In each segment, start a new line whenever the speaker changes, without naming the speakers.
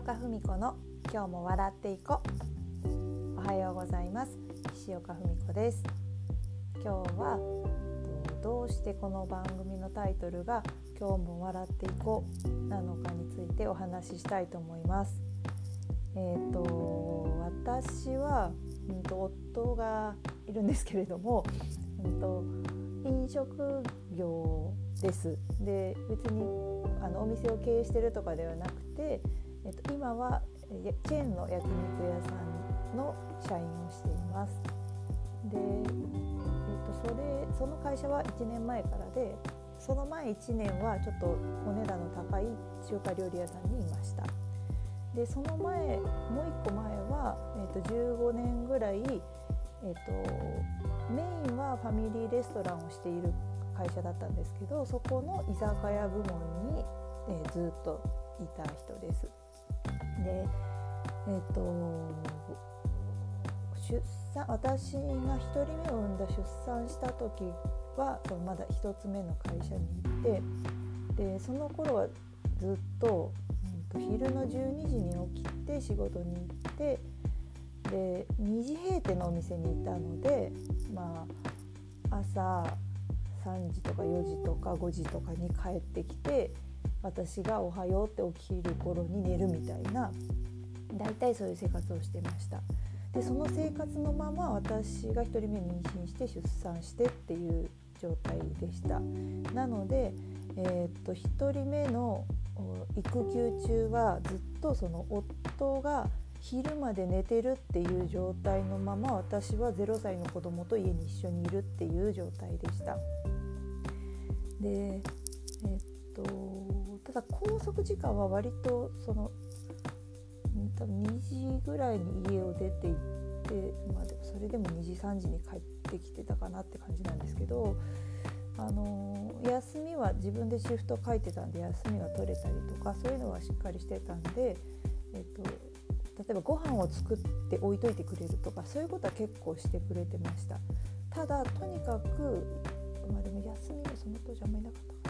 岡文子の今日も笑っていこ。おはようございます。岸岡文子です。今日はどうしてこの番組のタイトルが今日も笑っていこなのかについてお話ししたいと思います。私は、夫がいるんですけれども、飲食業です。で、別にお店を経営しているとかではなくて、今はチェーンの焼肉屋さんの社員をしています。で、その会社は1年前からで、その前1年はちょっとお値段の高い中華料理屋さんにいました。で、その前、もう1個前は、15年ぐらい、メインはファミリーレストランをしている会社だったんですけど、そこの居酒屋部門に、ずっといた人です。で、私が1人目を産んだ出産した時はまだ1つ目の会社に行って、でその頃はずっと、昼の12時に起きて仕事に行って、で2時閉店のお店にいたので、朝3時とか4時とか5時とかに帰ってきて、私がおはようって起きる頃に寝るみたいな、だいたいそういう生活をしてました。でその生活のまま私が1人目妊娠して出産してっていう状態でした。なので、1人目の育休中はずっとその夫が昼まで寝てるっていう状態のまま、私は0歳の子供と家に一緒にいるっていう状態でした。で、ただ拘束時間は割と多分2時ぐらいに家を出て行って、でもそれでも2時3時に帰ってきてたかなって感じなんですけど、休みは自分でシフト書いてたんで、休みが取れたりとかそういうのはしっかりしてたんで、例えばご飯を作って置いといてくれるとか、そういうことは結構してくれてました。ただとにかく、でも休みがその当時あんまりなかったから、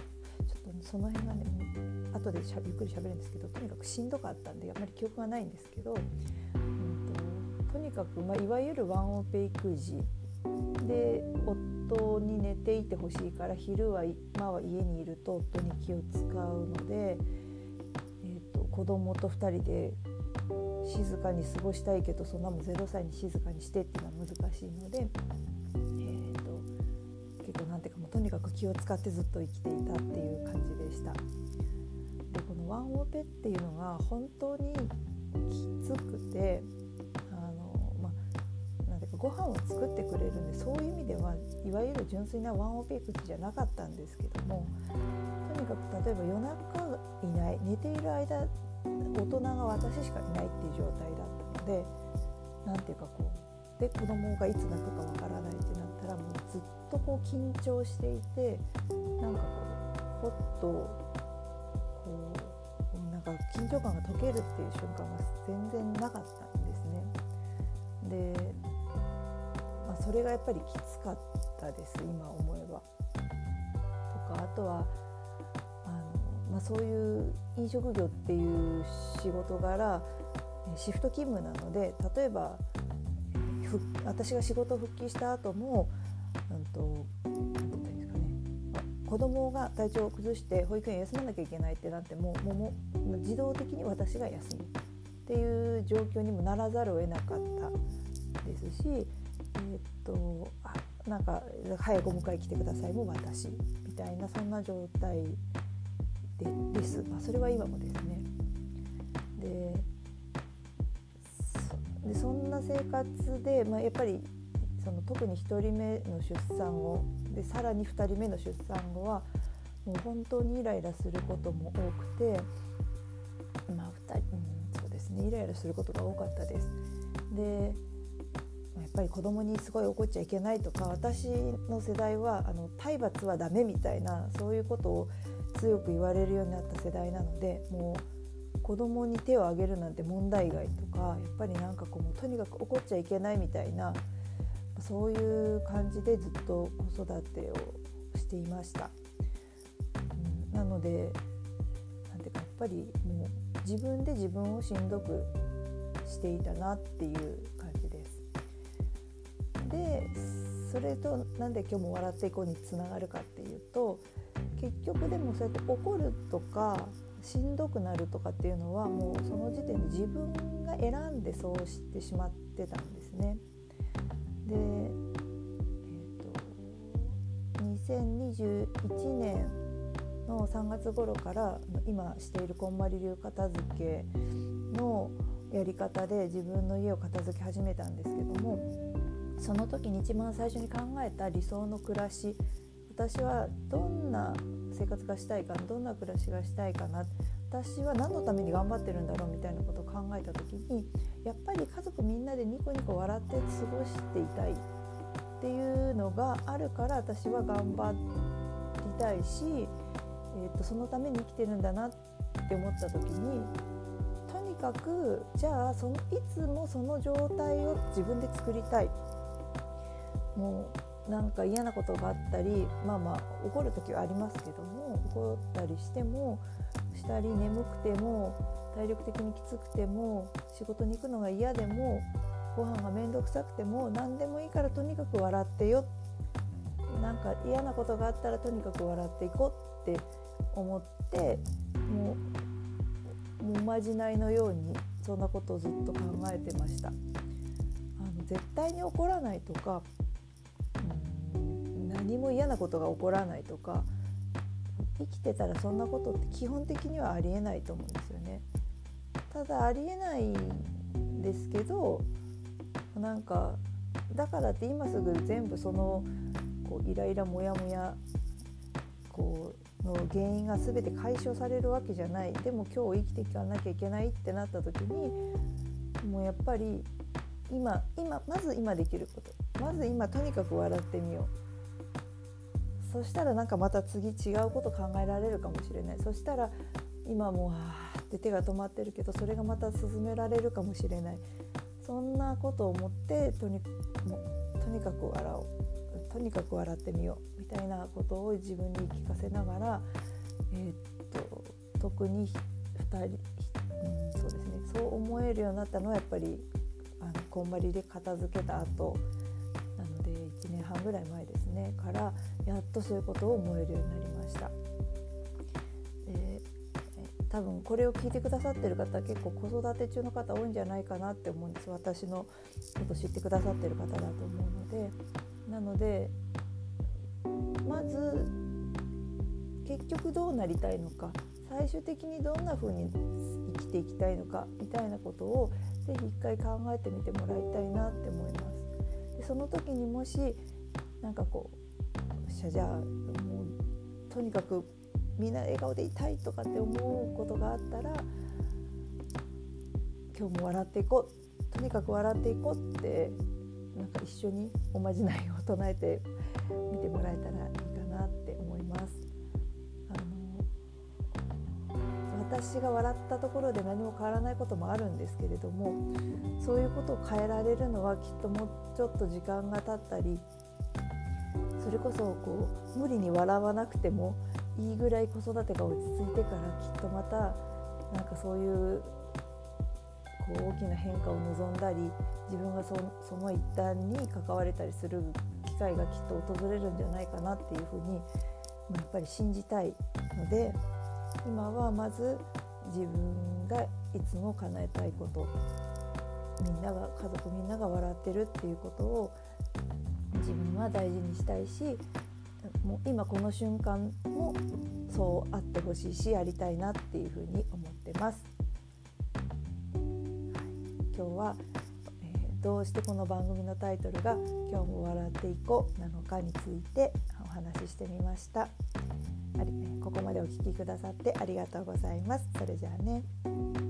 ちょっとその辺がね、後でゆっくり喋るんですけど、とにかくしんどかったんであんまり記憶がないんですけど、とにかく、いわゆるワンオペ育児で、夫に寝ていてほしいから昼は今は家にいると夫に気を使うので、子供と2人で静かに過ごしたいけど、そんなもん0歳に静かにしてっていうのは難しいので、結構なんていうか、もうとにかく気を使ってずっと生きていたっていう感じでした。でこのワンオペっていうのが本当にきつくて、ご飯を作ってくれるんで、そういう意味ではいわゆる純粋なワンオペ育児じゃなかったんですけども、とにかく例えば夜中いない、寝ている間大人が私しかいないっていう状態だったので、なんていうかで子供がいつ泣くかわからないってなったら、もうずっと緊張していて、なんかほっとなんか緊張感が解けるっていう瞬間が全然なかったんですね。で、それがやっぱりきつかったです、今思えば。とか、あとはそういう飲食業っていう仕事柄シフト勤務なので、例えば私が仕事復帰した後も、なんて言ったらいいんですかね、子供が体調を崩して保育園休まなきゃいけないってなっても、自動的に私が休むっていう状況にもならざるを得なかったですし、なんか早くお迎え来てくださいも私みたいな、そんな状態です。それは今もですね。でそんな生活で、やっぱり特に1人目の出産後で、さらに2人目の出産後はもう本当にイライラすることも多くて、そうですね、イライラすることが多かったです。でやっぱり子供にすごい怒っちゃいけないとか、私の世代は体罰はダメみたいな、そういうことを強く言われるようになった世代なので、もう子供に手を挙げるなんて問題外とか、やっぱりなんかもうとにかく怒っちゃいけないみたいな、そういう感じでずっと子育てをしていました。なのでなんていうか、やっぱりもう自分で自分をしんどくしていたなっていう感じです。でそれとなんで今日も笑っていこうにつながるかっていうと、結局でもそうやって怒るとかしんどくなるとかっていうのはもうその時点で自分が選んでそうしてしまってたんですね。で、2021年の3月頃から今しているこんまり流片付けのやり方で自分の家を片付け始めたんですけども、その時に一番最初に考えた理想の暮らし、私はどんな生活がしたいかな、どんな暮らしがしたいかな、私は何のために頑張ってるんだろうみたいなことを考えた時に、やっぱり家族みんなでニコニコ笑って過ごしていたいっていうのがあるから、私は頑張りたいし、そのために生きてるんだなって思った時に、とにかくじゃあいつもその状態を自分で作りたい。もうなんか嫌なことがあったり、怒る時はありますけども、怒ったりしたり眠くても体力的にきつくても仕事に行くのが嫌でもご飯がめんどくさくても何でもいいからとにかく笑ってよ、なんか嫌なことがあったらとにかく笑っていこうって思って、もうおまじないのようにそんなことをずっと考えてました。絶対に怒らないとか、何も嫌なことが起こらないとか、生きてたらそんなことって基本的にはありえないと思うんですよね。ただありえないんですけど、なんかだからって今すぐ全部そのイライラモヤモヤの原因が全て解消されるわけじゃない。でも今日生きていかなきゃいけないってなった時に、もうやっぱりまず今できること、まず今とにかく笑ってみよう。そしたらなんかまた次違うこと考えられるかもしれない。そしたら今もうって手が止まってるけど、それがまた進められるかもしれない。そんなことを思ってとにかく笑おう、とにかく笑ってみようみたいなことを自分に言い聞かせながら、特に2人、そうですね、そう思えるようになったのはやっぱりこんまりで片付けた後なので、1年半ぐらい前ですねからやっとそういうことを思えるようになりました。多分これを聞いてくださってる方は結構子育て中の方多いんじゃないかなって思うんです。私のこと知ってくださってる方だと思うので、なのでまず結局どうなりたいのか、最終的にどんな風に生きていきたいのかみたいなことをぜひ一回考えてみてもらいたいなって思います。でその時にもしなんかじゃあもうとにかくみんな笑顔でいたいとかって思うことがあったら、今日も笑っていこう、とにかく笑っていこうって、なんか一緒におまじないを唱えてみてもらえたらいいかなって思います。私が笑ったところで何も変わらないこともあるんですけれども、そういうことを変えられるのはきっともうちょっと時間が経ったり、それこそ無理に笑わなくてもいいぐらい子育てが落ち着いてから、きっとまたなんかそういう大きな変化を望んだり、自分がその一端に関われたりする機会がきっと訪れるんじゃないかなっていうふうに、やっぱり信じたいので、今はまず自分がいつも叶えたいこと、家族みんなが笑ってるっていうことを自分は大事にしたいし、もう今この瞬間もそうあってほしいし、やりたいなっていうふうに思ってます。今日は、どうしてこの番組のタイトルが今日も笑っていこうなのかについてお話ししてみました。ここまでお聞きくださってありがとうございます。それじゃあね。